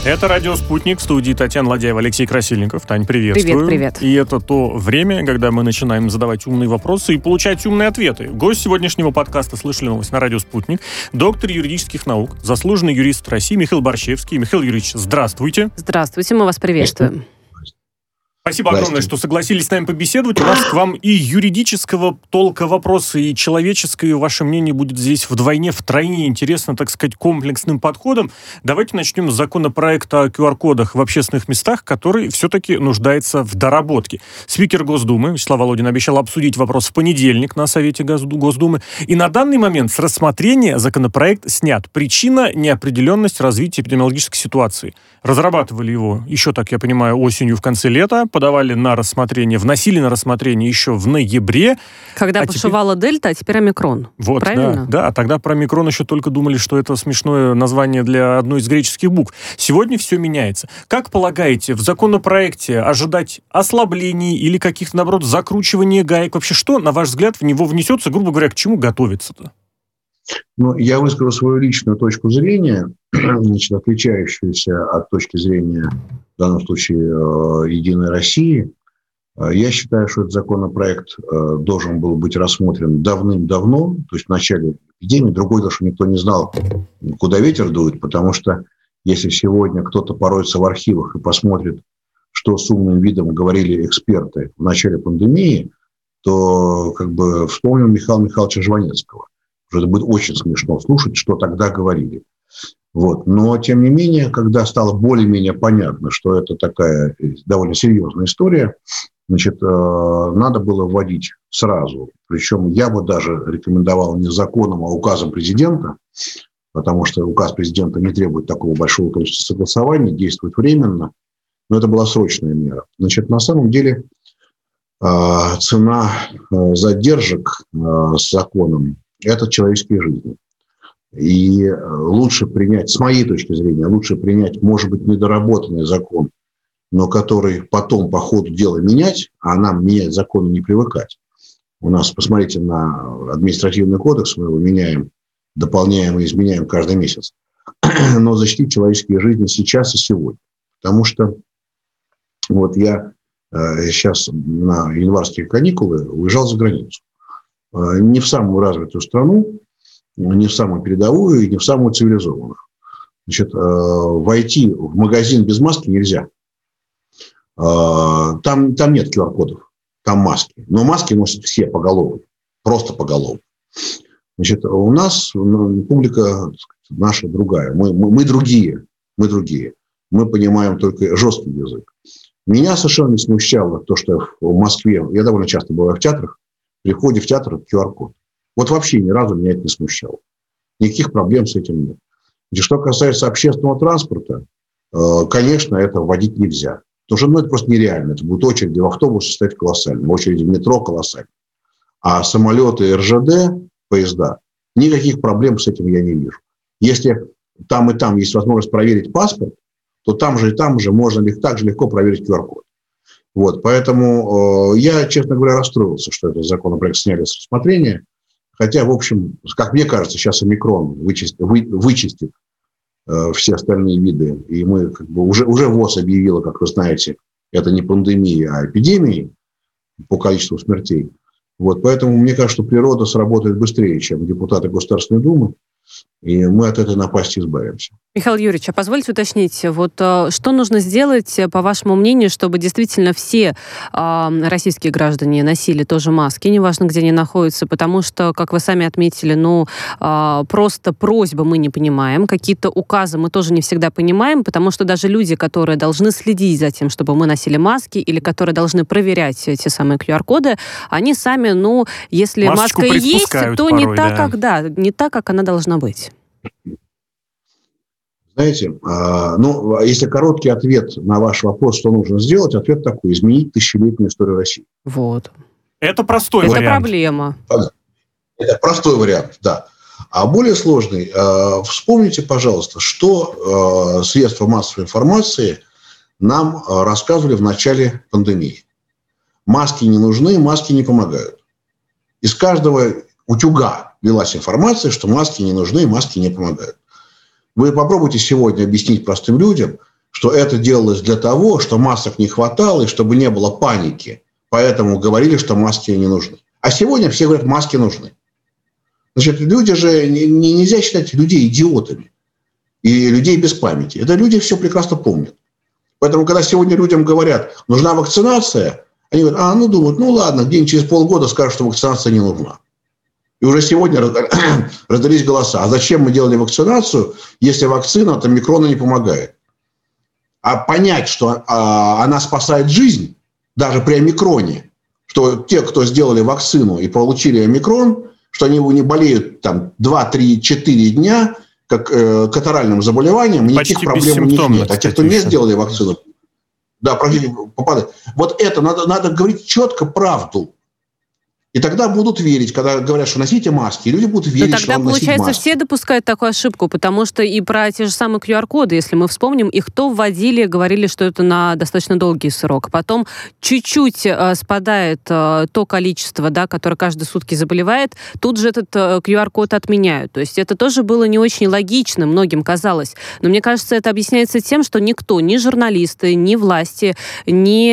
Это «Радио Спутник», в студии Татьяна Ладяева, Алексей Красильников. Тань, приветствую. Привет. И это то время, когда мы начинаем задавать умные вопросы и получать умные ответы. Гость сегодняшнего подкаста «Слышали новость» на «Радио Спутник», доктор юридических наук, заслуженный юрист России Михаил Борщевский. Михаил Юрьевич, здравствуйте. Здравствуйте, мы вас приветствуем. Спасибо огромное, что согласились с нами побеседовать. У нас к вам и юридического толка вопросы, и человеческое ваше мнение будет здесь вдвойне, втройне интересно, так сказать, комплексным подходом. Давайте начнем с законопроекта о QR-кодах в общественных местах, который все-таки нуждается в доработке. Спикер Госдумы Вячеслав Володин обещал обсудить вопрос в понедельник на Совете Госдумы. И на данный момент с рассмотрения законопроект снят. Причина – неопределенность развития эпидемиологической ситуации. Разрабатывали его еще, так я понимаю, осенью в конце лета, подавали на рассмотрение, вносили на рассмотрение еще в ноябре. Когда бушевала дельта, а теперь омикрон. Вот, правильно? Да, а тогда про омикрон еще только думали, что это смешное название для одной из греческих букв. Сегодня все меняется. Как полагаете, в законопроекте ожидать ослаблений или каких-то, наоборот, закручивания гаек? Вообще, что, на ваш взгляд, в него внесется, грубо говоря, к чему готовится-то? Я выскажу свою личную точку зрения, отличающуюся от точки зрения, в данном случае, «Единой России». Я считаю, что этот законопроект должен был быть рассмотрен давным-давно, то есть в начале эпидемии. Другой дело, что никто не знал, куда ветер дует, потому что если сегодня кто-то пороется в архивах и посмотрит, что с умным видом говорили эксперты в начале пандемии, то вспомним Михаила Михайловича Жванецкого. Это будет очень смешно слушать, что тогда говорили. Но, тем не менее, когда стало более-менее понятно, что это такая довольно серьезная история, надо было вводить сразу. Причем я бы даже рекомендовал не законом, а указом президента, потому что указ президента не требует такого большого количества согласований, действует временно, но это была срочная мера. На самом деле, цена задержек с законом – это человеческие жизни. И лучше принять, с моей точки зрения, может быть, недоработанный закон, но который потом по ходу дела менять, а нам менять законы не привыкать. У нас, посмотрите на административный кодекс, мы его меняем, дополняем и изменяем каждый месяц. Но защитить человеческие жизни сейчас и сегодня. Потому что я сейчас на январские каникулы уезжал за границу. Не в самую развитую страну, не в самую передовую и не в самую цивилизованную. Войти в магазин без маски нельзя. Там нет QR-кодов, там маски. Но маски носят все поголовно, просто поголовно. У нас публика наша другая. Мы другие. Мы понимаем только жесткий язык. Меня совершенно не смущало то, что в Москве, я довольно часто бываю в театрах, при входе в театр QR-код. Вообще ни разу меня это не смущало. Никаких проблем с этим нет. Что касается общественного транспорта, конечно, это вводить нельзя. Потому что это просто нереально. Это будет очереди в автобусы стоять колоссальные, очереди в метро колоссальные. А самолеты РЖД, поезда, никаких проблем с этим я не вижу. Если там и там есть возможность проверить паспорт, то там же и там же можно так же легко проверить QR-код. Поэтому я, честно говоря, расстроился, что этот законопроект сняли с рассмотрения. Хотя, в общем, как мне кажется, сейчас омикрон вычистит все остальные виды. И мы уже ВОЗ объявила, как вы знаете, это не пандемия, а эпидемия по количеству смертей. Поэтому мне кажется, что природа сработает быстрее, чем депутаты Государственной Думы. И мы от этой напасти избавимся. Михаил Юрьевич, а позвольте уточнить, что нужно сделать, по вашему мнению, чтобы действительно все российские граждане носили тоже маски, неважно, где они находятся, потому что, как вы сами отметили, просто просьбы мы не понимаем, какие-то указы мы тоже не всегда понимаем, потому что даже люди, которые должны следить за тем, чтобы мы носили маски, или которые должны проверять те самые QR-коды, они сами, если масочку маска есть, то порой, не так, как она должна быть. Знаете, если короткий ответ на ваш вопрос, что нужно сделать, ответ такой: изменить тысячелетнюю историю России. Это простой вариант. Это проблема. Это простой вариант, да. А более сложный, вспомните, пожалуйста, что средства массовой информации нам рассказывали в начале пандемии. Маски не нужны, маски не помогают. Из каждого утюга велась информация, что маски не нужны, маски не помогают. Вы попробуйте сегодня объяснить простым людям, что это делалось для того, что масок не хватало и чтобы не было паники. Поэтому говорили, что маски не нужны. А сегодня все говорят, маски нужны. Значит, люди же, нельзя считать людей идиотами и людей без памяти. Это люди все прекрасно помнят. Поэтому, когда сегодня людям говорят, нужна вакцинация, они говорят, думают, ладно, где-нибудь через полгода скажут, что вакцинация не нужна. И уже сегодня раздались голоса. А зачем мы делали вакцинацию, если вакцина от омикрона не помогает? А понять, что она спасает жизнь, даже при омикроне, что те, кто сделали вакцину и получили омикрон, что они не болеют там 2, 3, 4 дня, как катаральным заболеванием, никаких проблем у них нет. А те, кто не сделали вакцину, да, практически попадают. Вот это надо говорить четко правду. И тогда будут верить, когда говорят, что носите маски, и люди будут верить, что надо носить маски. Тогда, получается, все допускают такую ошибку, потому что и про те же самые QR-коды, если мы вспомним, их то вводили, говорили, что это на достаточно долгий срок. Потом чуть-чуть спадает то количество, да, которое каждые сутки заболевает, тут же этот QR-код отменяют. То есть это тоже было не очень логично, многим казалось. Но мне кажется, это объясняется тем, что никто, ни журналисты, ни власти, ни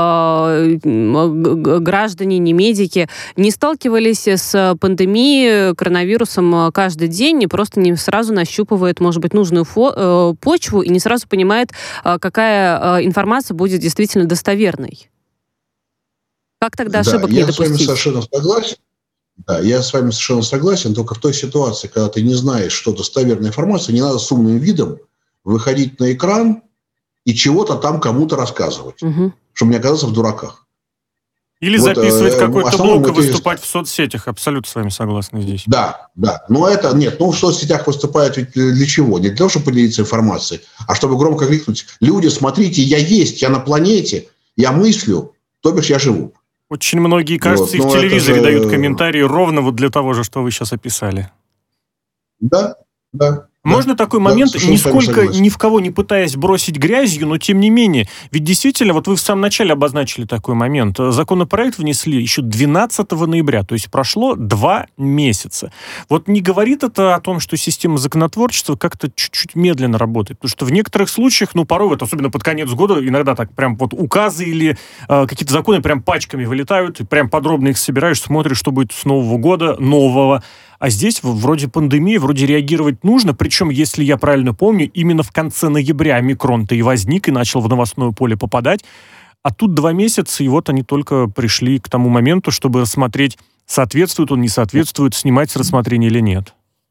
граждане, ни медики не сталкивались с пандемией, коронавирусом каждый день и просто не сразу нащупывает, может быть, нужную почву и не сразу понимает, какая информация будет действительно достоверной. Как тогда ошибок не допустить? Я с вами совершенно согласен. Да, я с вами совершенно согласен, только в той ситуации, когда ты не знаешь, что достоверная информация, не надо с умным видом выходить на экран и чего-то там кому-то рассказывать, чтобы не оказаться в дураках. Или записывать какой-то блог и выступать в соцсетях. Абсолютно с вами согласны здесь. Да. Но это нет. В соцсетях выступают ведь для чего? Не для того, чтобы поделиться информацией, а чтобы громко крикнуть: люди, смотрите, я есть, я на планете, я мыслю, то бишь я живу. Очень многие, кажется, и в телевизоре дают комментарии ровно вот для того же, что вы сейчас описали. Да. Можно такой момент, нисколько ни в кого не пытаясь бросить грязью, но тем не менее, ведь действительно, вот вы в самом начале обозначили такой момент, законопроект внесли еще 12 ноября, то есть прошло 2 месяца. Вот не говорит это о том, что система законотворчества как-то чуть-чуть медленно работает, потому что в некоторых случаях, порой, вот особенно под конец года, иногда так прям вот указы или какие-то законы прям пачками вылетают, и прям подробно их собираешь, смотришь, что будет с Нового года, нового. А здесь вроде пандемии, вроде реагировать нужно, причем, если я правильно помню, именно в конце ноября омикрон-то и возник, и начал в новостное поле попадать, а тут 2 месяца, и вот они только пришли к тому моменту, чтобы рассмотреть, соответствует он, не соответствует, снимать с рассмотрения или нет.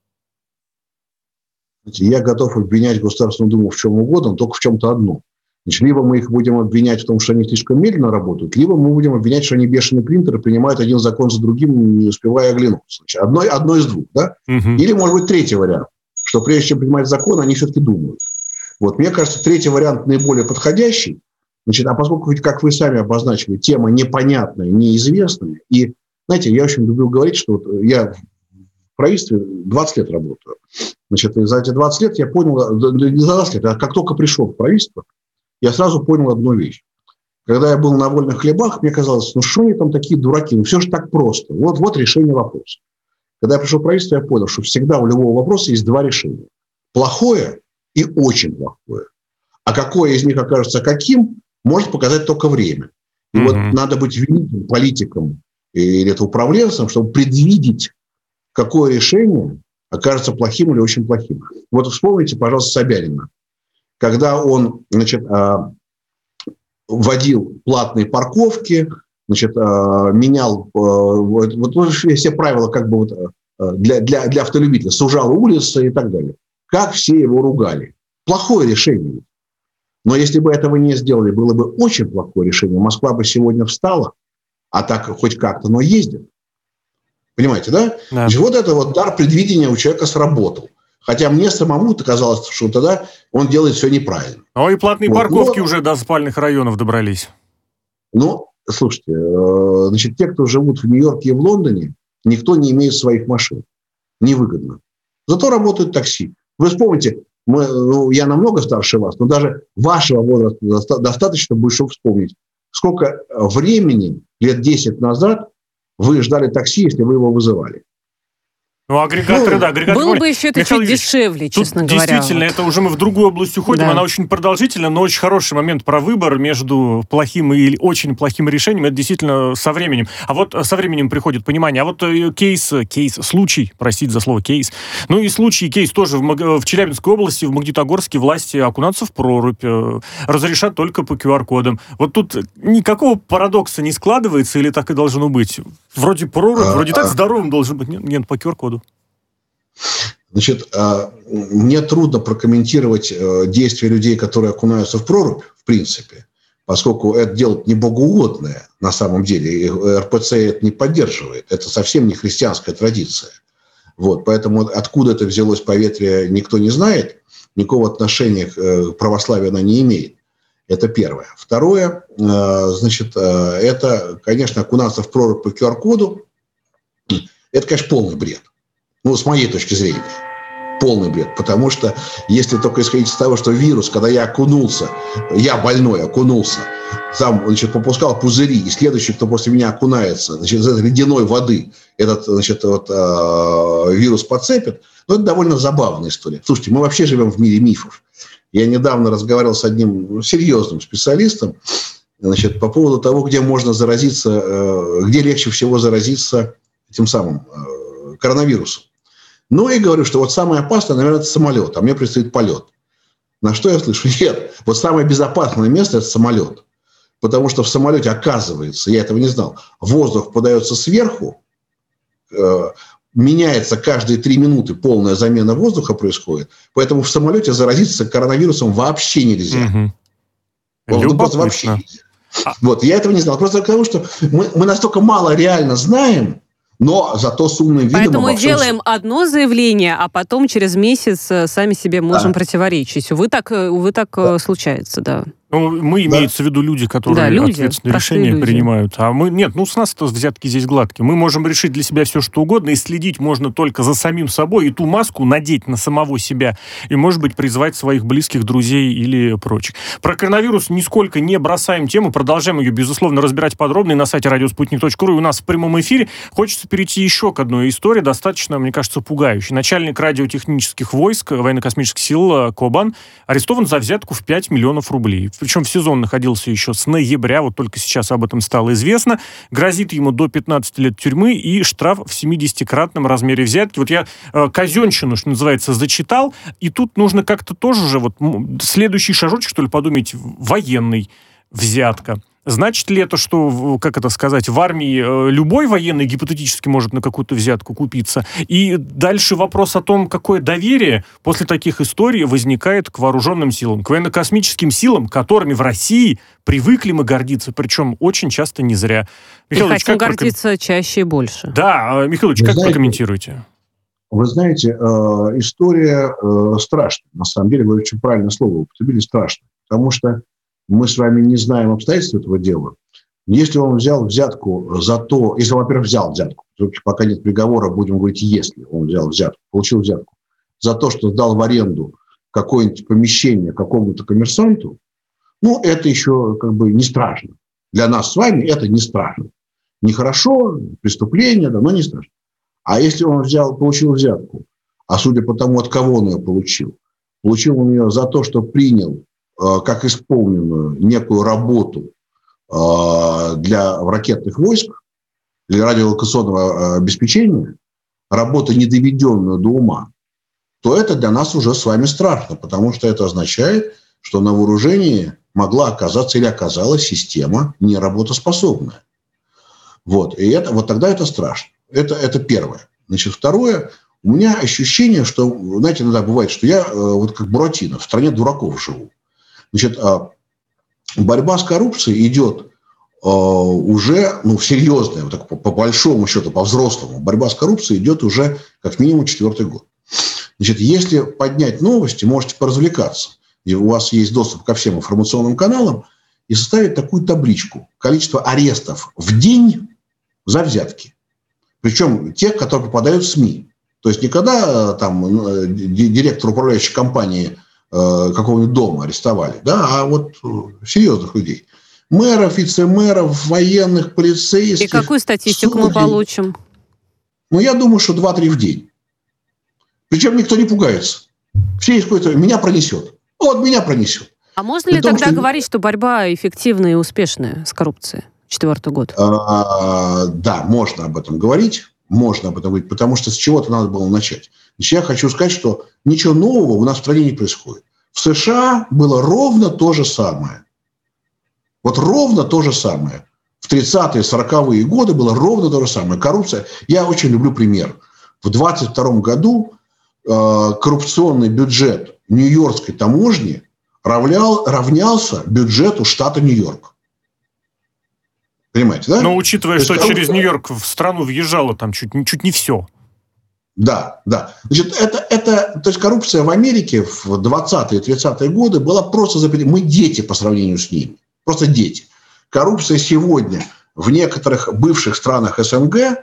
Я готов обвинять Государственную Думу в чем угодно, только в чем-то одном. Значит, либо мы их будем обвинять в том, что они слишком медленно работают, либо мы будем обвинять, что они бешеные принтеры, принимают один закон за другим, не успевая оглянуться. Значит, одно из двух. Да? Или, может быть, третий вариант, что прежде чем принимать закон, они все-таки думают. Вот, мне кажется, третий вариант наиболее подходящий. Значит, а поскольку, как вы сами обозначили, тема непонятная, неизвестная, и, знаете, я очень люблю говорить, что вот я в правительстве 20 лет работаю. Значит, и за эти 20 лет я понял, не за 20 лет, а как только пришел в правительство, я сразу понял одну вещь. Когда я был на вольных хлебах, мне казалось, что они там такие дураки, все же так просто. Вот решение вопроса. Когда я пришел в правительство, я понял, что всегда у любого вопроса есть 2 решения. Плохое и очень плохое. А какое из них окажется каким, может показать только время. И вот надо быть великим политиком или это управленцем, чтобы предвидеть, какое решение окажется плохим или очень плохим. Вот вспомните, пожалуйста, Собянина. Когда он, вводил платные парковки, менял все правила для автолюбителя, сужал улицы и так далее. Как все его ругали. Плохое решение. Но если бы этого не сделали, было бы очень плохое решение. Москва бы сегодня встала, а так хоть как-то, но ездит. Понимаете, да? Да. Вот это вот дар предвидения у человека сработал. Хотя мне самому казалось, что тогда он делает все неправильно. И платные парковки уже до спальных районов добрались. Слушайте, значит, те, кто живут в Нью-Йорке и в Лондоне, никто не имеет своих машин. Невыгодно. Зато работают такси. Вы вспомните, я намного старше вас, но даже вашего возраста достаточно будет, чтобы вспомнить, сколько времени, лет 10 назад, вы ждали такси, если вы его вызывали. Ну, агрегаторы, да, агрегаторы. Было бы еще это чуть дешевле, честно говоря. Действительно, это уже мы в другую область уходим, да. Она очень продолжительна, но очень хороший момент про выбор между плохим и очень плохим решением, это действительно со временем. А вот со временем приходит понимание. А вот случай, простите за слово кейс, ну и случай, кейс тоже в Челябинской области, в Магнитогорске власти окунаться в прорубь разрешат только по QR-кодам. Вот тут никакого парадокса не складывается или так и должно быть? Вроде прорубь, вроде так здоровым должен быть, нет, по QR-коду. Значит, мне трудно прокомментировать действия людей, которые окунаются в прорубь, в принципе, поскольку это дело не богоугодное на самом деле, и РПЦ это не поддерживает. Это совсем не христианская традиция. Вот, поэтому откуда это взялось поветрие, никто не знает, никакого отношения к православию она не имеет. Это первое. Второе, значит, это, конечно, окунаться в прорубь по QR-коду, это, конечно, полный бред. Ну, с моей точки зрения, полный бред. Потому что если только исходить из того, что вирус, когда я окунулся, я больной окунулся, сам, значит, попускал пузыри, и следующий, кто после меня окунается, значит, из этой ледяной воды этот, значит, вот, вирус подцепит, ну, это довольно забавная история. Слушайте, мы вообще живем в мире мифов. Я недавно разговаривал с одним серьезным специалистом, значит, по поводу того, где можно заразиться, где легче всего заразиться этим самым коронавирусом. Ну, и говорю, что вот самое опасное, наверное, это самолет, а мне предстоит полет. На что я слышу? Нет, вот самое безопасное место – это самолет. Потому что в самолете, оказывается, я этого не знал, воздух подается сверху, меняется каждые 3 минуты, полная замена воздуха происходит, поэтому в самолете заразиться коронавирусом вообще нельзя. Ну, просто вообще нельзя. Вот, я этого не знал. Просто потому, что мы настолько мало реально знаем, но зато с умным видом... Поэтому мы делаем одно заявление, а потом через месяц сами себе можем противоречить. Увы, так случается, да. Ну, мы, имеется в виду люди, которые ответственные решения принимают. А мы, нет, ну, с нас-то взятки здесь гладкие. Мы можем решить для себя все, что угодно, и следить можно только за самим собой, и ту маску надеть на самого себя, и, может быть, призвать своих близких, друзей или прочих. Про коронавирус нисколько не бросаем тему, продолжаем ее, безусловно, разбирать подробно и на сайте радиоспутник.ру, и у нас в прямом эфире. Хочется перейти еще к одной истории, достаточно, мне кажется, пугающей. Начальник радиотехнических войск военно-космических сил Кобан арестован за взятку в 5 миллионов рублей. Причем в СИЗО находился еще с ноября, вот только сейчас об этом стало известно. Грозит ему до 15 лет тюрьмы и штраф в 70-кратном размере взятки. Вот я казенщину, что называется, зачитал, и тут нужно как-то тоже уже вот следующий шажочек, что ли, подумать, военный взятка. Значит ли это, что, как это сказать, в армии любой военный гипотетически может на какую-то взятку купиться? И дальше вопрос о том, какое доверие после таких историй возникает к вооруженным силам, к военно-космическим силам, которыми в России привыкли мы гордиться, причем очень часто не зря. Михаил Ильич, хотим гордиться чаще и больше. Да, Михаил Ильич, как прокомментируете? Вы знаете, история страшная. На самом деле, вы очень правильное слово употребили, страшно. Потому что мы с вами не знаем обстоятельств этого дела. Если он взял взятку за то... Если он, во-первых, взял взятку, пока нет приговора, будем говорить, если он взял взятку, получил взятку, за то, что сдал в аренду какое-нибудь помещение какому-то коммерсанту, ну, это еще как бы не страшно. Для нас с вами это не страшно. Нехорошо, преступление, да, но не страшно. А если он получил взятку, а судя по тому, от кого он ее получил он ее за то, что принял как исполненную некую работу для ракетных войск, для радиолокационного обеспечения, работу, не доведенную до ума, то это для нас уже с вами страшно, потому что это означает, что на вооружении могла оказаться или оказалась система неработоспособная. Вот. И это, вот тогда это страшно. Это первое. Значит, второе. У меня ощущение, что, знаете, иногда бывает, что я вот как Буратино в стране дураков живу. Значит, борьба с коррупцией идет уже, ну, серьезная, вот так, по большому счету, по-взрослому. Борьба с коррупцией идет уже как минимум 4-й год. Значит, если поднять новости, можете поразвлекаться. И у вас есть доступ ко всем информационным каналам и составить такую табличку. Количество арестов в день за взятки. Причем тех, которые попадают в СМИ. То есть не когда там директор управляющей компании какого-нибудь дома арестовали, да, а вот серьезных людей. Мэров, вице-мэров, военных, полицейских. И какую статистику мы получим? Ну, я думаю, что 2-3 в день. Причем никто не пугается. Все исходят, меня пронесет. Вот меня пронесет. А можно ли тогда говорить, что борьба эффективная и успешная с коррупцией? 4-й год. Да, можно об этом говорить. Можно об этом говорить, потому что с чего-то надо было начать. Значит, я хочу сказать, что ничего нового у нас в стране не происходит. В США было ровно то же самое. Вот ровно то же самое. В 30-е, 40-е годы было ровно то же самое. Коррупция. Я очень люблю пример. В 22 году коррупционный бюджет Нью-Йоркской таможни равнялся бюджету штата Нью-Йорк. Понимаете, да? Но учитывая, что через Нью-Йорк в страну въезжало там чуть не все. Да. Значит, то есть коррупция в Америке в 20-е, 30-е годы была просто запрещена. Мы дети по сравнению с ними. Просто дети. Коррупция сегодня в некоторых бывших странах СНГ,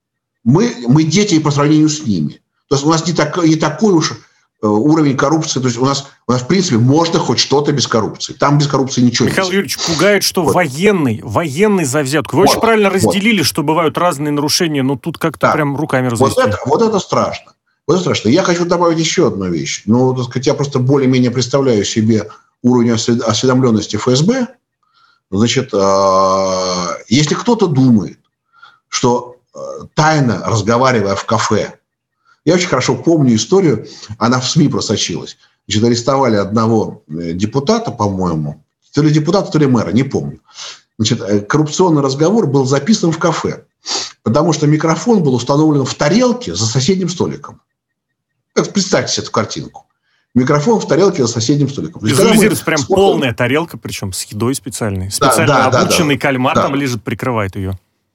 мы дети по сравнению с ними. То есть у нас не такой уж уровень коррупции. То есть у нас, в принципе, можно хоть что-то без коррупции. Там без коррупции ничего нет. Михаил Юрьевич, пугает, что военный за взятку. Вы очень правильно разделили, что бывают разные нарушения, но тут как-то прям руками развести. Вот это страшно. Я хочу добавить еще одну вещь. Ну, так сказать, я просто более-менее представляю себе уровень осведомленности ФСБ. Значит, если кто-то думает, что тайно разговаривая в кафе, я очень хорошо помню историю, она в СМИ просочилась. Значит, арестовали одного депутата, по-моему, то ли депутата, то ли мэра, не помню. Значит, коррупционный разговор был записан в кафе, потому что микрофон был установлен в тарелке за соседним столиком. Представьте себе эту картинку. Микрофон в тарелке за соседним столиком. Визуализируется прям полная тарелка, причем с едой специальной. Специально обученный кальмар там лежит, прикрывает ее.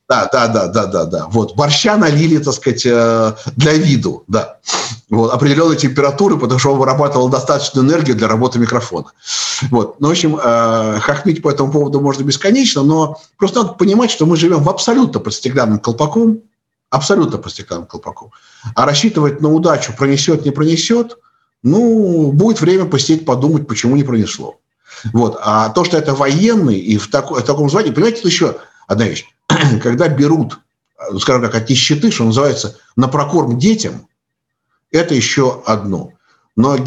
Да. Вот. Борща налили, так сказать, для виду, да. Вот. Определенной температуры, потому что он вырабатывал достаточную энергию для работы микрофона. Вот. Ну, в общем, хохмить по этому поводу можно бесконечно, но просто надо понимать, что мы живем в абсолютно под стеклянным колпаком. А рассчитывать на удачу, пронесет, не пронесет, ну, будет время посидеть, подумать, почему не пронесло. Вот. А то, что это военный и в таком звании, понимаете, это еще одна вещь. Когда берут, скажем так, от нищеты, что называется, на прокорм детям, это еще одно. Но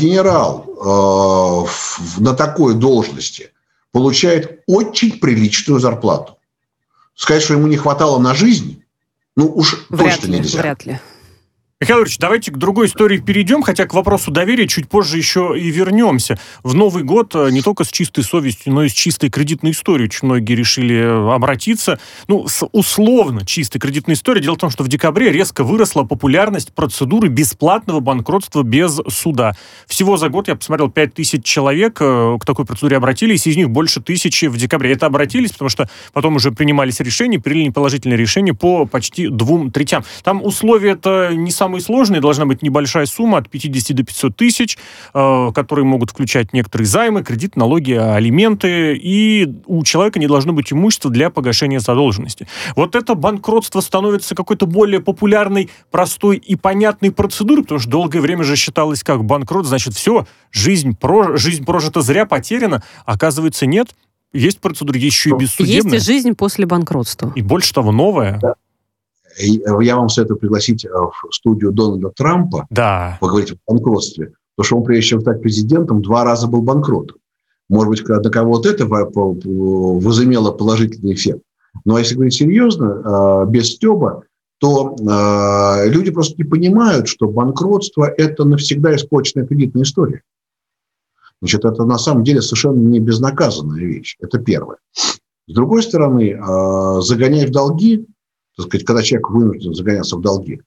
генерал на такой должности получает очень приличную зарплату. Сказать, что ему не хватало на жизнь, ну уж точно нельзя. Вряд ли. Михаил Юрьевич, давайте к другой истории перейдем, хотя к вопросу доверия чуть позже еще и вернемся. В Новый год не только с чистой совестью, но и с чистой кредитной историей очень многие решили обратиться. Ну, с условно чистой кредитной историей. Дело в том, что в декабре резко выросла популярность процедуры бесплатного банкротства без суда. Всего за год, я посмотрел, 5000 человек к такой процедуре обратились, из них больше 1000 в декабре. Это обратились, потому что потом уже принимались решения, приняли положительное решение по почти 2/3. Там условия-то не самые сложные, должна быть небольшая сумма от 50 до 500 тысяч, которые могут включать некоторые займы, кредит, налоги, алименты, и у человека не должно быть имущества для погашения задолженности. Вот это банкротство становится какой-то более популярной, простой и понятной процедурой, потому что долгое время же считалось как банкрот, значит, все, жизнь прожита зря, потеряна. Оказывается, нет. Есть процедура, есть еще и бессудебная. Есть и жизнь после банкротства. И больше того, новая. Да. Я вам советую пригласить в студию Дональда Трампа поговорить о банкротстве, потому что он, прежде чем стать президентом, 2 раза был банкротом. Может быть, на кого-то это возымело положительный эффект. Но если говорить серьезно, без стёба, то люди просто не понимают, что банкротство – это навсегда испорченная кредитная история. Значит, это на самом деле совершенно не безнаказанная вещь. Это первое. С другой стороны, загонять в долги, так сказать, когда человек вынужден загоняться в долги,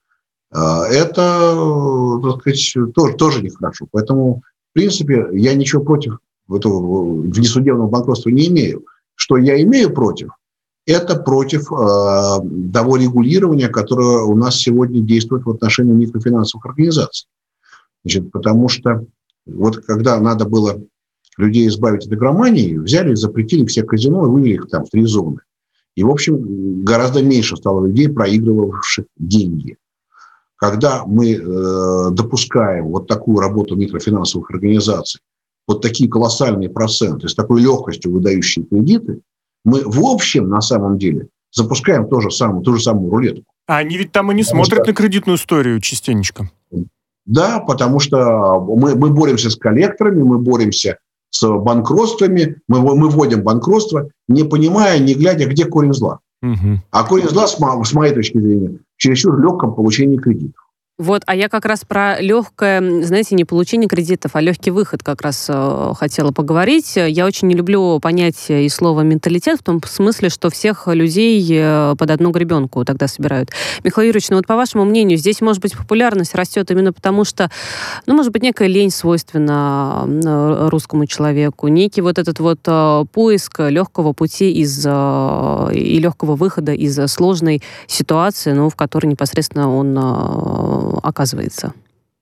это, так сказать, тоже нехорошо. Поэтому, в принципе, я ничего против внесудебного банкротства не имею. Что я имею против, это против того регулирования, которое у нас сегодня действует в отношении микрофинансовых организаций. Значит, потому что вот когда надо было людей избавить от игромании, взяли и запретили все казино и вывели их там в 3 зоны. И, в общем, гораздо меньше стало людей, проигрывавших деньги. Когда мы допускаем вот такую работу микрофинансовых организаций, вот такие колоссальные проценты, с такой легкостью выдающие кредиты, мы, в общем, на самом деле, запускаем ту же самую рулетку. А они ведь там и не смотрят на кредитную историю частенечко. Да, потому что мы боремся с коллекторами, мы боремся с банкротствами, мы вводим банкротство, не понимая, не глядя, где корень зла. А корень зла, с моей точки зрения, в чересчур легком получении кредитов. Вот, а я как раз про легкое, знаете, не получение кредитов, а легкий выход как раз хотела поговорить. Я очень не люблю понятие и слово «менталитет» в том смысле, что всех людей под одну гребенку тогда собирают. Михаил Юрьевич, ну вот по вашему мнению, здесь, может быть, популярность растет именно потому, что, ну, может быть, некая лень свойственна русскому человеку, некий вот этот вот поиск легкого пути и легкого выхода из сложной ситуации, ну, в которой непосредственно он оказывается?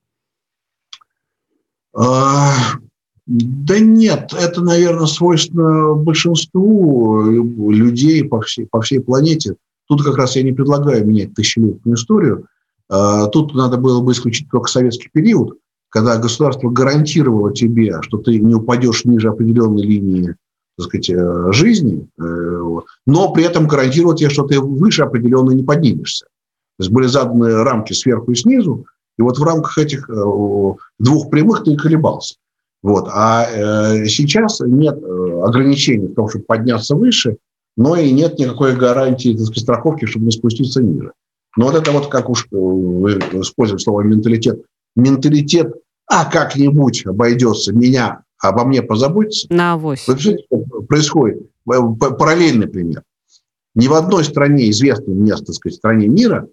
Да нет, это, наверное, свойственно большинству людей по всей планете. Тут как раз я не предлагаю менять тысячелетнюю историю. Тут надо было бы исключить только советский период, когда государство гарантировало тебе, что ты не упадешь ниже определенной линии, так сказать, жизни, но при этом гарантировало тебе, что ты выше определенной не поднимешься. То есть были заданы рамки сверху и снизу, и вот в рамках этих двух прямых ты и колебался. Вот. А сейчас нет ограничений в том, чтобы подняться выше, но и нет никакой гарантии, так сказать, страховки, чтобы не спуститься ниже. Но вот это вот, как уж вы используете слово менталитет, как-нибудь обойдется, обо мне позаботиться. На авось. Происходит параллельный пример. Ни в одной стране, известной мне, так сказать, стране мира,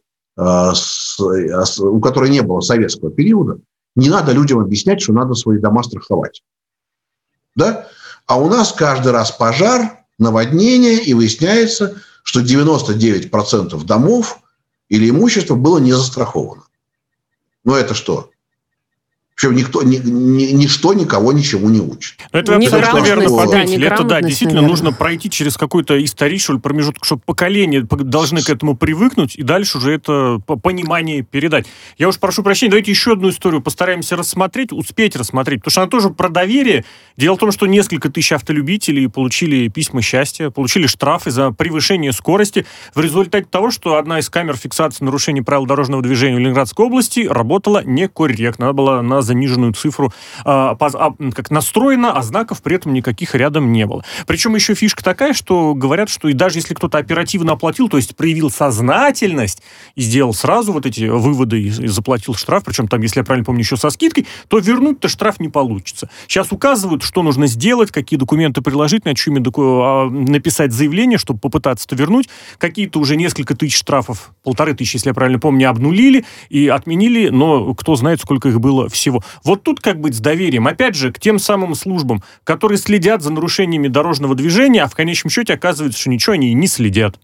у которой не было советского периода, не надо людям объяснять, что надо свои дома страховать. Да? А у нас каждый раз пожар, наводнение, и выясняется, что 99% домов или имущества было не застраховано. Ну это что? Причем ничто никого ничему не учит. Но это вы абсолютно верно подметили. Это, да, действительно нужно пройти через какой-то исторический промежуток, чтобы поколения должны к этому привыкнуть, и дальше уже это понимание передать. Я уж прошу прощения, давайте еще одну историю постараемся успеть рассмотреть, потому что она тоже про доверие. Дело в том, что несколько тысяч автолюбителей получили письма счастья, получили штрафы за превышение скорости в результате того, что одна из камер фиксации нарушений правил дорожного движения в Ленинградской области работала некорректно. Она была на заниженную цифру как настроена, а знаков при этом никаких рядом не было. Причем еще фишка такая, что говорят, что и даже если кто-то оперативно оплатил, то есть проявил сознательность и сделал сразу вот эти выводы и заплатил штраф, причем там, если я правильно помню, еще со скидкой, то вернуть-то штраф не получится. Сейчас указывают, что нужно сделать, какие документы приложить, на чем написать заявление, чтобы попытаться это вернуть. Какие-то уже несколько тысяч штрафов, 1500, если я правильно помню, обнулили и отменили, но кто знает, сколько их было всего. Вот тут как быть с доверием? Опять же, к тем самым службам, которые следят за нарушениями дорожного движения, а в конечном счете оказывается, что ничего они и не следят.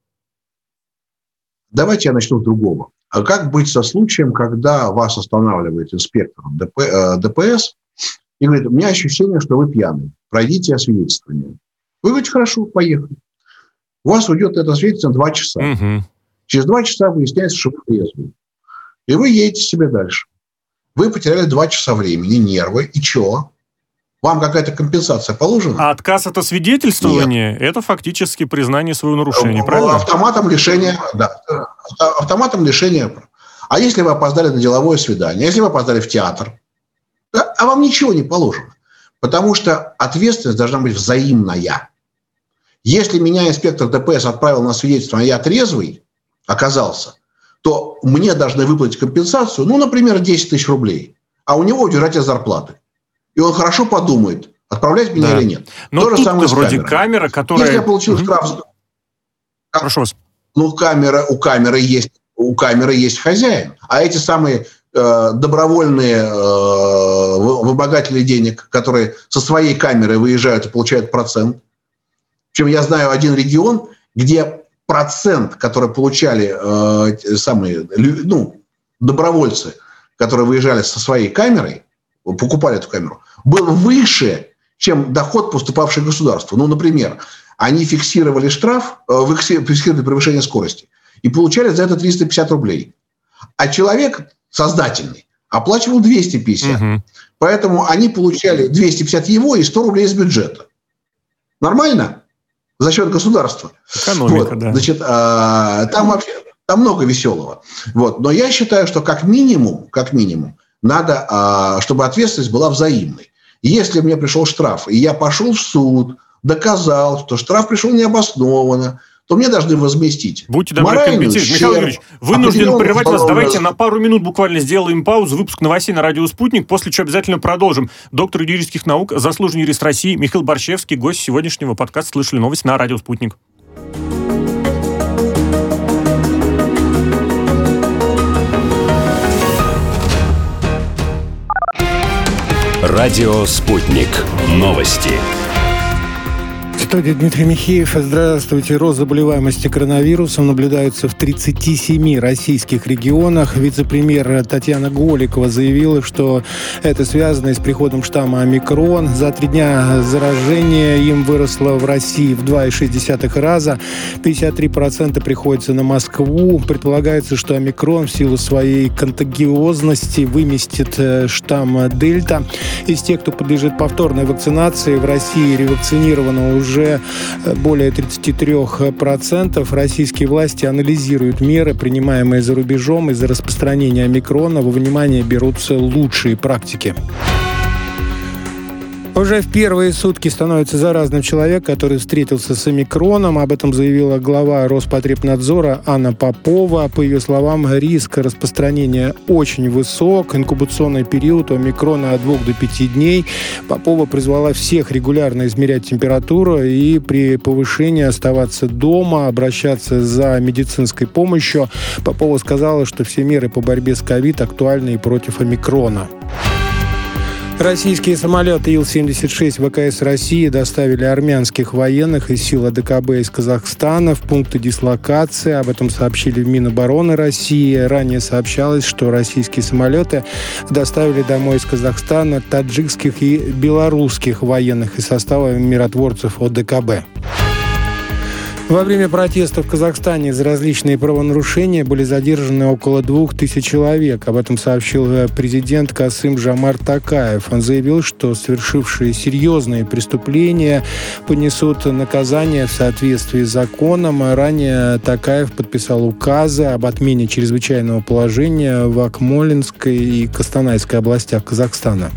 Давайте я начну с другого. А как быть со случаем, когда вас останавливает инспектор ДПС и говорит: у меня ощущение, что вы пьяный, пройдите освидетельствование. Вы говорите: хорошо, поехали. У вас уйдет это освидетельствование 2 часа. Угу. Через 2 часа выясняется, что вы трезвый. И вы едете себе дальше. Вы потеряли 2 часа времени, нервы, и что? Вам какая-то компенсация положена? А отказ от освидетельствования – это фактически признание своего нарушения, правильно? Автоматом лишения, да. Автоматом лишения. А если вы опоздали на деловое свидание, если вы опоздали в театр, да, а вам ничего не положено. Потому что ответственность должна быть взаимная. Если меня инспектор ДПС отправил на свидетельство, а я трезвый оказался, то мне должны выплатить компенсацию, например, 10 тысяч рублей, а у него удержать от зарплаты. И он хорошо подумает, отправлять меня или нет. Но то же самое вроде камера, которая... Если я получил штраф... Прошу вас. У камеры есть хозяин. А эти самые добровольные вымогатели денег, которые со своей камерой выезжают и получают процент. Причем я знаю один регион, где процент, который получали добровольцы, которые выезжали со своей камерой, покупали эту камеру, был выше, чем доход, поступавший государству. Например, они фиксировали штраф, фиксировали превышение скорости и получали за это 350 рублей. А человек сознательный оплачивал 250. Угу. Поэтому они получали 250 его и 100 рублей из бюджета. Нормально? За счет государства. Экономика, да. Значит, там много веселого. Но я считаю, что как минимум надо, чтобы ответственность была взаимной. Если мне пришел штраф, и я пошел в суд, доказал, что штраф пришел необоснованно, то мне должны возместить. Будьте добры, компенсировать. Михаил Юрьевич, вынужден прервать вас. Давайте на пару минут буквально сделаем паузу. Выпуск новостей на радио «Спутник», после чего обязательно продолжим. Доктор юридических наук, заслуженный юрист России Михаил Борщевский, гость сегодняшнего подкаста «Слышали новость» на радио «Спутник». Радио «Спутник». Новости. В студии Дмитрий Михеев. Здравствуйте. Рост заболеваемости коронавирусом наблюдается в 37 российских регионах. Вице-премьер Татьяна Голикова заявила, что это связано с приходом штамма омикрон. За 3 дня заражения им выросло в России в 2,6 раза. 53% приходится на Москву. Предполагается, что омикрон в силу своей контагиозности выместит штамм дельта. Из тех, кто подлежит повторной вакцинации, в России ревакцинировано уже более 33%. Российские власти анализируют меры, принимаемые за рубежом из-за распространения омикрона. Во внимание берутся лучшие практики. Уже в первые сутки становится заразным человек, который встретился с омикроном. Об этом заявила глава Роспотребнадзора Анна Попова. По ее словам, риск распространения очень высок. Инкубационный период у омикрона от 2 до 5 дней. Попова призвала всех регулярно измерять температуру и при повышении оставаться дома, обращаться за медицинской помощью. Попова сказала, что все меры по борьбе с ковид актуальны и против омикрона. Российские самолеты Ил-76 ВКС России доставили армянских военных из сил АДКБ из Казахстана в пункты дислокации. Об этом сообщили в Минобороны России. Ранее сообщалось, что российские самолеты доставили домой из Казахстана таджикских и белорусских военных из состава миротворцев ОДКБ. Во время протестов в Казахстане за различные правонарушения были задержаны около 2000 человек. Об этом сообщил президент Касым-Жомарт Токаев. Он заявил, что совершившие серьезные преступления понесут наказание в соответствии с законом. Ранее Токаев подписал указы об отмене чрезвычайного положения в Акмолинской и Костанайской областях Казахстана.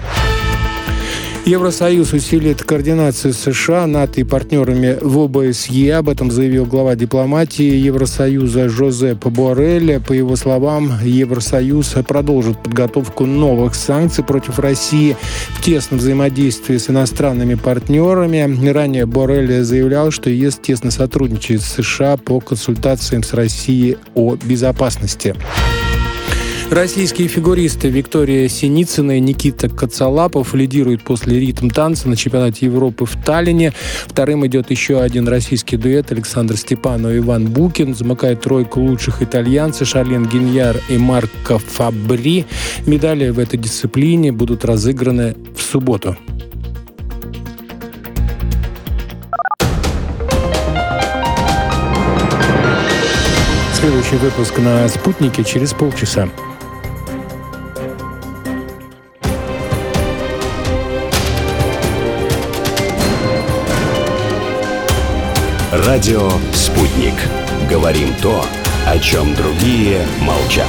Евросоюз усилит координацию с США, НАТО и партнерами в ОБСЕ. Об этом заявил глава дипломатии Евросоюза Жозеп Боррель. По его словам, Евросоюз продолжит подготовку новых санкций против России в тесном взаимодействии с иностранными партнерами. Ранее Боррель заявлял, что ЕС тесно сотрудничает с США по консультациям с Россией о безопасности. Российские фигуристы Виктория Синицына и Никита Коцалапов лидируют после ритм-танца на чемпионате Европы в Таллине. Вторым идет еще один российский дуэт Александр Степанов и Иван Букин. Замыкает тройку лучших итальянцы Шарлен Гиньяр и Марко Фабри. Медали в этой дисциплине будут разыграны в субботу. Следующий выпуск на «Спутнике» через полчаса. Радио «Спутник». Говорим то, о чем другие молчат.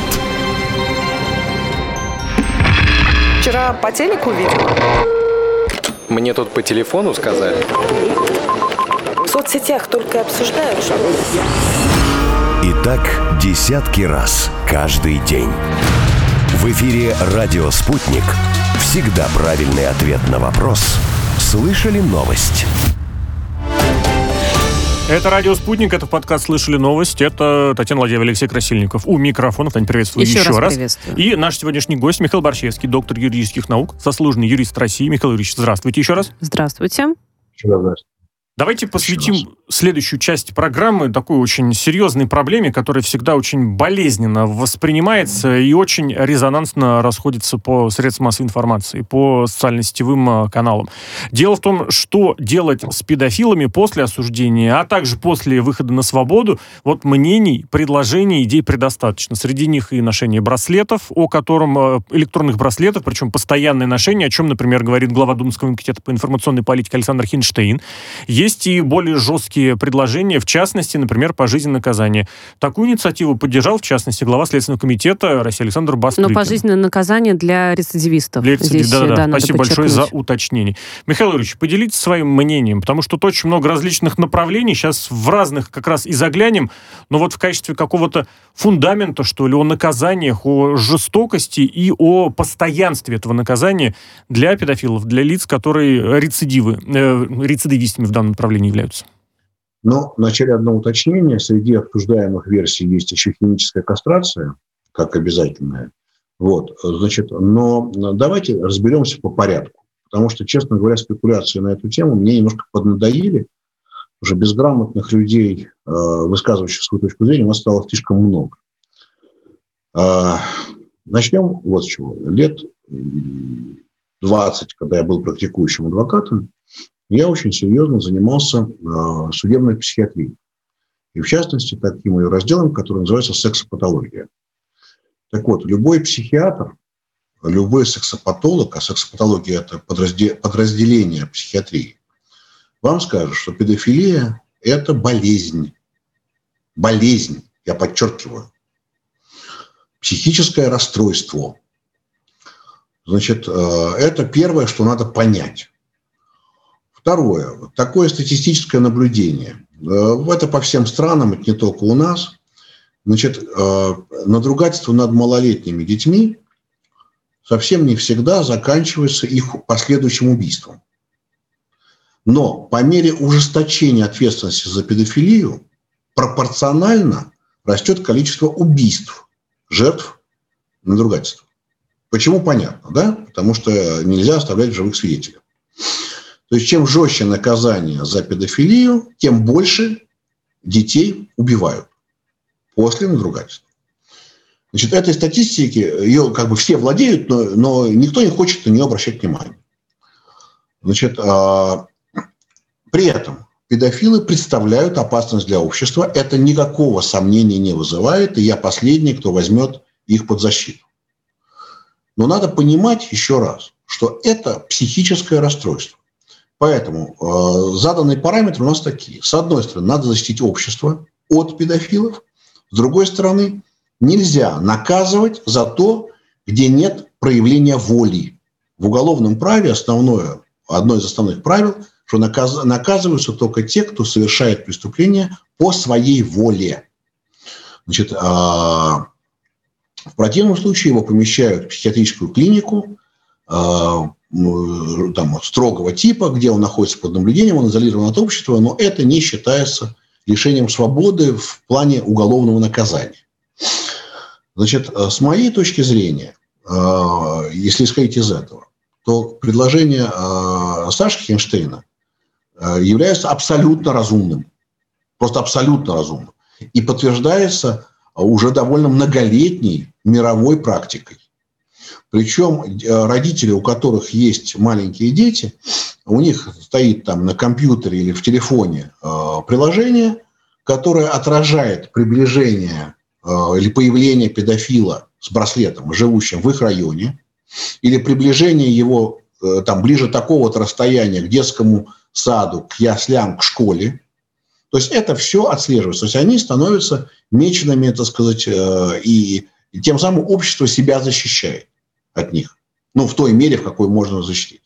Вчера по телеку видела. Мне тут по телефону сказали. В соцсетях только обсуждают, что... И так десятки раз каждый день. В эфире «Радио «Спутник». Всегда правильный ответ на вопрос. Слышали новость? Это «Радио «Спутник», это подкаст «Слышали новость». Это Татьяна Ладеева, Алексей Красильников. У микрофонов. Таня, приветствую еще раз. Приветствую. И наш сегодняшний гость Михаил Борщевский, доктор юридических наук, заслуженный юрист России. Михаил Юрьевич, здравствуйте еще раз. Здравствуйте. Давайте посвятим следующую часть программы такой очень серьезной проблеме, которая всегда очень болезненно воспринимается и очень резонансно расходится по средствам массовой информации, по социально-сетевым каналам. Дело в том, что делать с педофилами после осуждения, а также после выхода на свободу. Вот мнений, предложений, идей предостаточно. Среди них и ношение браслетов, электронных браслетов, причем постоянное ношение, о чем, например, говорит глава Думского комитета по информационной политике Александр Хинштейн. Есть есть и более жесткие предложения, в частности, например, пожизненное наказание. Такую инициативу поддержал, в частности, глава Следственного комитета России Александр Бастрыкин. Но пожизненное наказание для рецидивистов. Да, спасибо большое за уточнение. Михаил Юрьевич, поделитесь своим мнением, потому что тут очень много различных направлений, сейчас в разных как раз и заглянем, но вот в качестве какого-то фундамента, что ли, о наказаниях, о жестокости и о постоянстве этого наказания для педофилов, для лиц, которые рецидивистами в данном направлении являются. Но вначале одно уточнение. Среди обсуждаемых версий есть еще химическая кастрация, как обязательная. Но давайте разберемся по порядку. Потому что, честно говоря, спекуляции на эту тему мне немножко поднадоели. Уже безграмотных людей, высказывающих свою точку зрения, у нас стало слишком много. Начнем вот с чего. Лет 20, когда я был практикующим адвокатом, я очень серьезно занимался судебной психиатрией. И в частности, таким ее разделом, который называется сексопатология. Так вот, любой психиатр, любой сексопатолог, а сексопатология – это подразделение психиатрии, вам скажет, что педофилия – это болезнь. Болезнь, я подчеркиваю. Психическое расстройство. Это первое, что надо понять. Второе. Такое статистическое наблюдение. Это по всем странам, это не только у нас. Надругательство над малолетними детьми совсем не всегда заканчивается их последующим убийством. Но по мере ужесточения ответственности за педофилию пропорционально растет количество убийств жертв надругательства. Почему? Понятно, да? Потому что нельзя оставлять в живых свидетелей. То есть, чем жестче наказание за педофилию, тем больше детей убивают после надругательства. Этой статистики, ее все владеют, но никто не хочет на нее обращать внимание. При этом педофилы представляют опасность для общества. Это никакого сомнения не вызывает, и я последний, кто возьмет их под защиту. Но надо понимать еще раз, что это психическое расстройство. Поэтому заданные параметры у нас такие. С одной стороны, надо защитить общество от педофилов. С другой стороны, нельзя наказывать за то, где нет проявления воли. В уголовном праве одно из основных правил, что наказываются только те, кто совершает преступление по своей воле. В противном случае его помещают в психиатрическую клинику строгого типа, где он находится под наблюдением, он изолирован от общества, но это не считается лишением свободы в плане уголовного наказания. С моей точки зрения, если исходить из этого, то предложение Саши Хинштейна является абсолютно разумным. Просто абсолютно разумным. И подтверждается уже довольно многолетней мировой практикой. Причем родители, у которых есть маленькие дети, у них стоит на компьютере или в телефоне приложение, которое отражает приближение или появление педофила с браслетом, живущим в их районе, или приближение его ближе такого-то расстояния к детскому саду, к яслям, к школе. То есть это все отслеживается. То есть они становятся меченными, и тем самым общество себя защищает от них. В той мере, в какой можно защитить.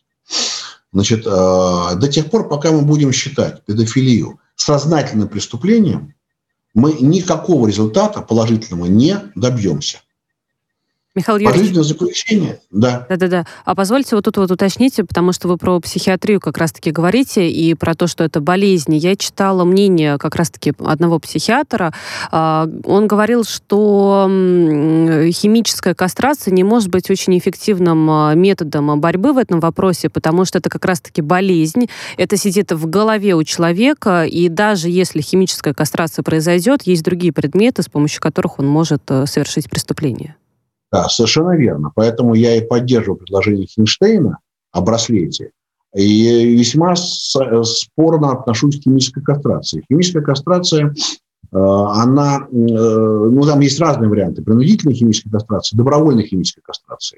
До тех пор, пока мы будем считать педофилию сознательным преступлением, мы никакого результата положительного не добьемся. Михаил Юрьевич. Пожизненное заключение, да. Да. А позвольте тут уточните, потому что вы про психиатрию как раз-таки говорите и про то, что это болезнь. Я читала мнение как раз-таки одного психиатра. Он говорил, что химическая кастрация не может быть очень эффективным методом борьбы в этом вопросе, потому что это как раз-таки болезнь. Это сидит в голове у человека, и даже если химическая кастрация произойдет, есть другие предметы, с помощью которых он может совершить преступление. Да, совершенно верно. Поэтому я и поддерживаю предложение Хинштейна о браслете. И весьма спорно отношусь к химической кастрации. Химическая кастрация, там есть разные варианты. Принудительной химической кастрации, добровольной химической кастрации.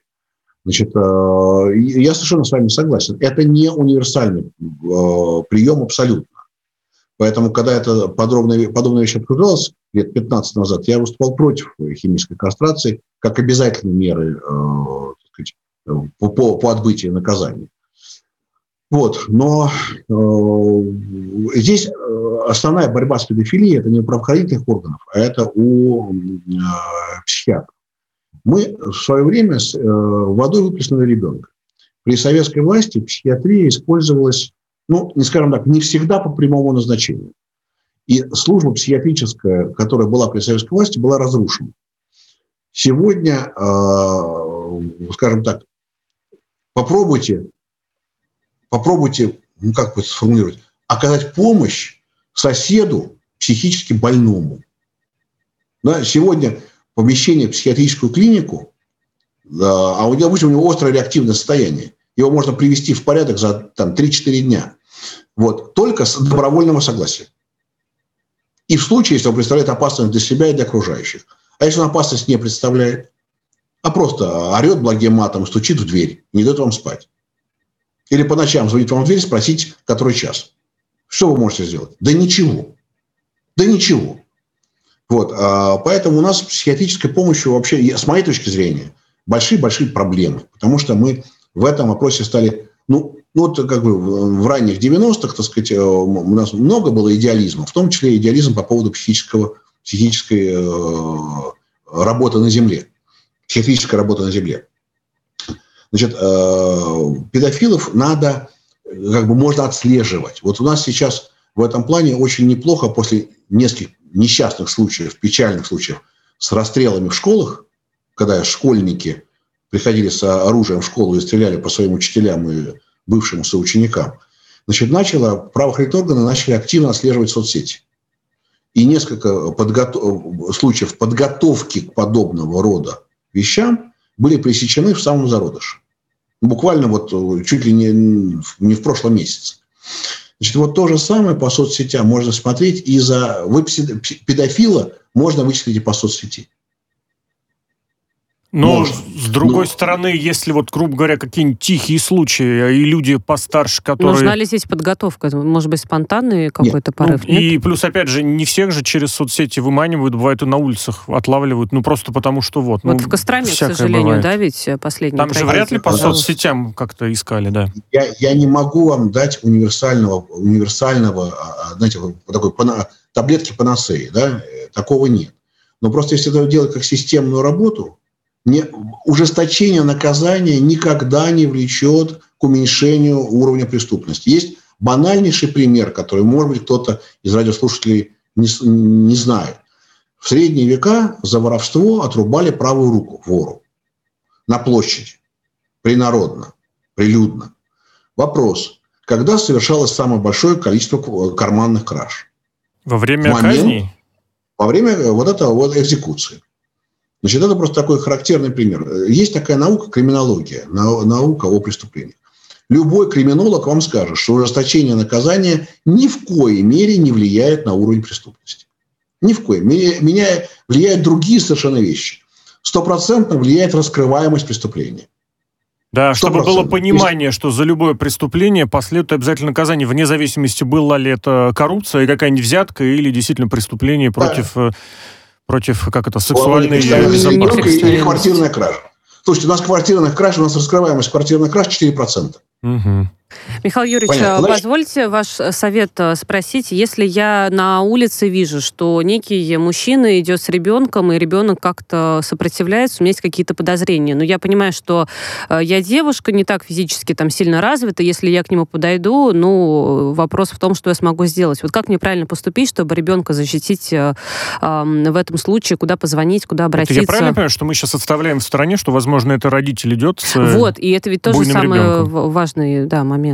Я совершенно с вами согласен. Это не универсальный прием абсолютно. Поэтому, когда это подобная вещь обсуждалась лет 15 назад, я выступал против химической кастрации как обязательной меры так сказать, по отбытию наказания. Вот. Но здесь основная борьба с педофилией – это не у правоохранительных органов, а это у психиатров. Мы в свое время водой выплеснули ребенка. При советской власти психиатрия использовалась, не скажем так, не всегда по прямому назначению. И служба психиатрическая, которая была при советской власти, была разрушена. Сегодня, скажем так, попробуйте, как бы сформулировать, оказать помощь соседу психически больному. Да, сегодня помещение в психиатрическую клинику, а допустим, у него острое реактивное состояние, его можно привести в порядок за 3-4 дня. Вот, только с добровольного согласия. И в случае, если он представляет опасность для себя и для окружающих. А если он опасность не представляет, а просто орет благим матом, стучит в дверь, не дает вам спать. Или по ночам звонит вам в дверь, спросить, который час. Что вы можете сделать? Да ничего. Вот, поэтому у нас с психиатрической помощью вообще, с моей точки зрения, большие-большие проблемы. Потому что мы в этом вопросе стали, как бы в ранних 90-х, так сказать, у нас много было идеализма, в том числе идеализм по поводу психической работы на земле, психиатрической работы на земле. Значит, педофилов можно отслеживать. Вот у нас сейчас в этом плане очень неплохо после нескольких несчастных случаев, печальных случаев с расстрелами в школах, когда школьники приходили с оружием в школу и стреляли по своим учителям и бывшим соученикам. Значит, правоохранительные органы начали активно отслеживать соцсети. И несколько случаев подготовки к подобного рода вещам были пресечены в самом зародыше. Буквально чуть ли не в прошлом месяце. Значит, вот то же самое по соцсетям можно смотреть. Педофила можно вычислить и по соцсети. Но, с другой стороны, если, грубо говоря, какие-нибудь тихие случаи, и люди постарше, которые... Нужна ли здесь подготовка? Может быть, спонтанный какой-то порыв? Нет? И плюс, опять же, не всех же через соцсети выманивают, бывает, и на улицах отлавливают, просто потому что в Костроме, к сожалению, бывает. Да, ведь последний... Там же вряд ли по соцсетям как-то искали, да. Я не могу вам дать универсального, знаете, такой таблетки панацеи, да, такого нет. Но просто если это делать как системную работу... Ужесточение наказания никогда не влечет к уменьшению уровня преступности. Есть банальнейший пример, который, может быть, кто-то из радиослушателей не знает. В средние века за воровство отрубали правую руку вору на площади, принародно, прилюдно. Вопрос. Когда совершалось самое большое количество карманных краж? Во время казни? Во время экзекуции. Значит, это просто такой характерный пример. Есть такая наука, криминология, наука о преступлениях. Любой криминолог вам скажет, что ужесточение наказания ни в коей мере не влияет на уровень преступности. Ни в коей мере. Влияют другие совершенно вещи. 100% влияет раскрываемость преступления. Да, чтобы было понимание, что за любое преступление последует обязательно наказание, вне зависимости, была ли это коррупция и какая-нибудь взятка или действительно преступление против сексуальной безопасности. Или квартирная кража. Слушайте, у нас раскрываемость квартирных краж 4%. Угу. Михаил Юрьевич, понятно. Позвольте ваш совет спросить. Если я на улице вижу, что некий мужчина идет с ребенком, и ребенок как-то сопротивляется, у меня есть какие-то подозрения, но я понимаю, что я девушка, не так физически сильно развита, если я к нему подойду, вопрос в том, что я смогу сделать. Вот как мне правильно поступить, чтобы ребенка защитить в этом случае, куда позвонить, куда обратиться? Я правильно понимаю, что мы сейчас отставляем в стороне, что, возможно, это родитель идет с и это ведь тоже самый важный момент.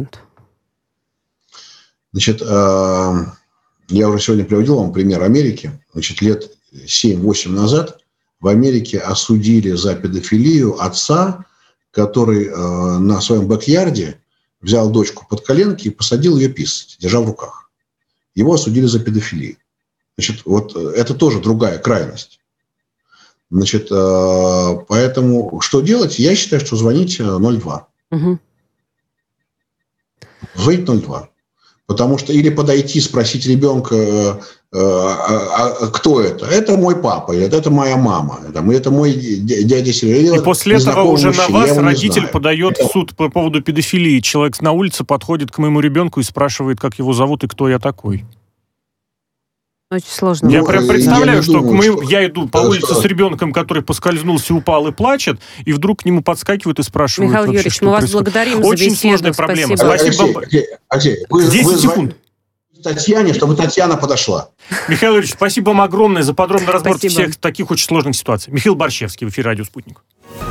Значит, я уже сегодня приводил вам пример Америки. Значит, лет 7-8 назад в Америке осудили за педофилию отца, который на своем бэк-ярде взял дочку под коленки и посадил ее писать, держа в руках. Его осудили за педофилию. Значит, это тоже другая крайность. Значит, поэтому что делать? Я считаю, что звонить 02. Угу. Звонить 02. Потому что или подойти, спросить ребенка, кто это? Это мой папа, или это моя мама, или это мой дядя Сережа. И после этого уже на вас родитель подает в суд по поводу педофилии. Человек на улице подходит к моему ребенку и спрашивает, как его зовут и кто я такой. Очень сложно. Я прям представляю, я иду по улице с ребенком, который поскользнулся, упал и плачет, и вдруг к нему подскакивают и спрашивают. Михаил Юрьевич, мы вас благодарим за беседу. Очень сложная проблема. Спасибо. Алексей, 10 секунд. Татьяне, чтобы Татьяна подошла. Михаил Юрьевич, спасибо вам огромное за подробный разбор всех таких очень сложных ситуаций. Михаил Борщевский в эфире «Радио Спутник».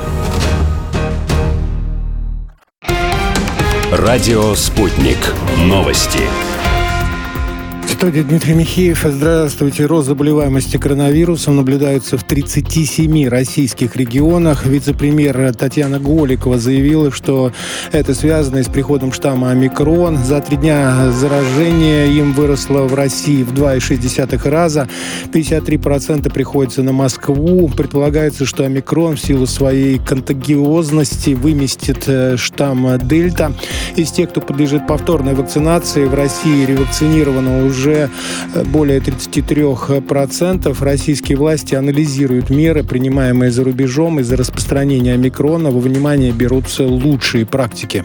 «Радио Спутник». Новости. В студии Дмитрий Михеев. Здравствуйте. Рост заболеваемости коронавирусом наблюдается в 37 российских регионах. Вице-премьер Татьяна Голикова заявила, что это связано с приходом штамма омикрон. За 3 дня заражения им выросло в России в 2,6 раза. 53% приходится на Москву. Предполагается, что омикрон в силу своей контагиозности выместит штамм дельта. Из тех, кто подлежит повторной вакцинации, в России ревакцинировано уже более 33%. Российские власти анализируют меры, принимаемые за рубежом из-за распространения омикрона. Во внимание берутся лучшие практики.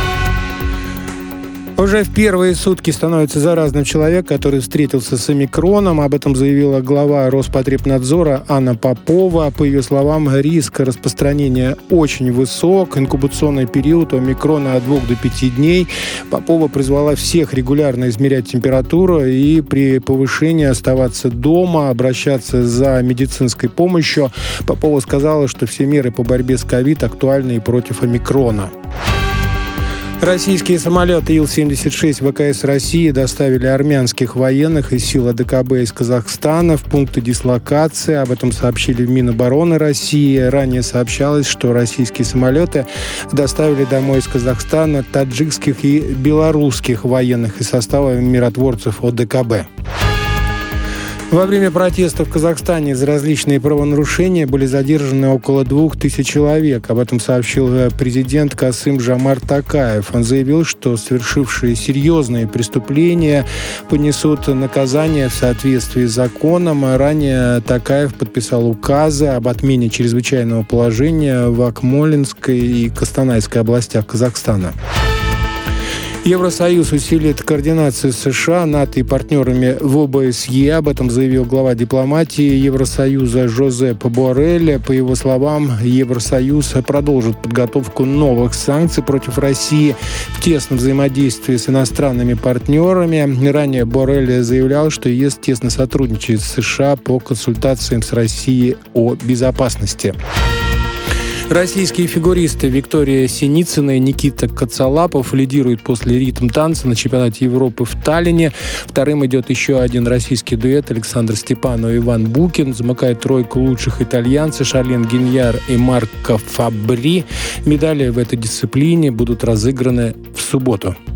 Уже в первые сутки становится заразным человек, который встретился с омикроном. Об этом заявила глава Роспотребнадзора Анна Попова. По ее словам, риск распространения очень высок. Инкубационный период у омикрона от 2 до 5 дней. Попова призвала всех регулярно измерять температуру и при повышении оставаться дома, обращаться за медицинской помощью. Попова сказала, что все меры по борьбе с ковид актуальны и против омикрона. Российские самолеты Ил-76 ВКС России доставили армянских военных из сил АДКБ из Казахстана в пункты дислокации. Об этом сообщили в Минобороны России. Ранее сообщалось, что российские самолеты доставили домой из Казахстана таджикских и белорусских военных из состава миротворцев ОДКБ. Во время протестов в Казахстане за различные правонарушения были задержаны около 2000 человек. Об этом сообщил президент Касым-Жомарт Токаев. Он заявил, что совершившие серьезные преступления понесут наказание в соответствии с законом. Ранее Токаев подписал указы об отмене чрезвычайного положения в Акмолинской и Костанайской областях Казахстана. Евросоюз усилит координацию с США, НАТО и партнерами в ОБСЕ. Об этом заявил глава дипломатии Евросоюза Жозеп Боррель. По его словам, Евросоюз продолжит подготовку новых санкций против России в тесном взаимодействии с иностранными партнерами. Ранее Боррель заявлял, что ЕС тесно сотрудничает с США по консультациям с Россией о безопасности. Российские фигуристы Виктория Синицына и Никита Коцалапов лидируют после ритм-танца на чемпионате Европы в Таллине. Вторым идет еще один российский дуэт Александр Степанов и Иван Букин. Замыкает тройку лучших итальянцы Шарлен Гиньяр и Марко Фабри. Медали в этой дисциплине будут разыграны в субботу.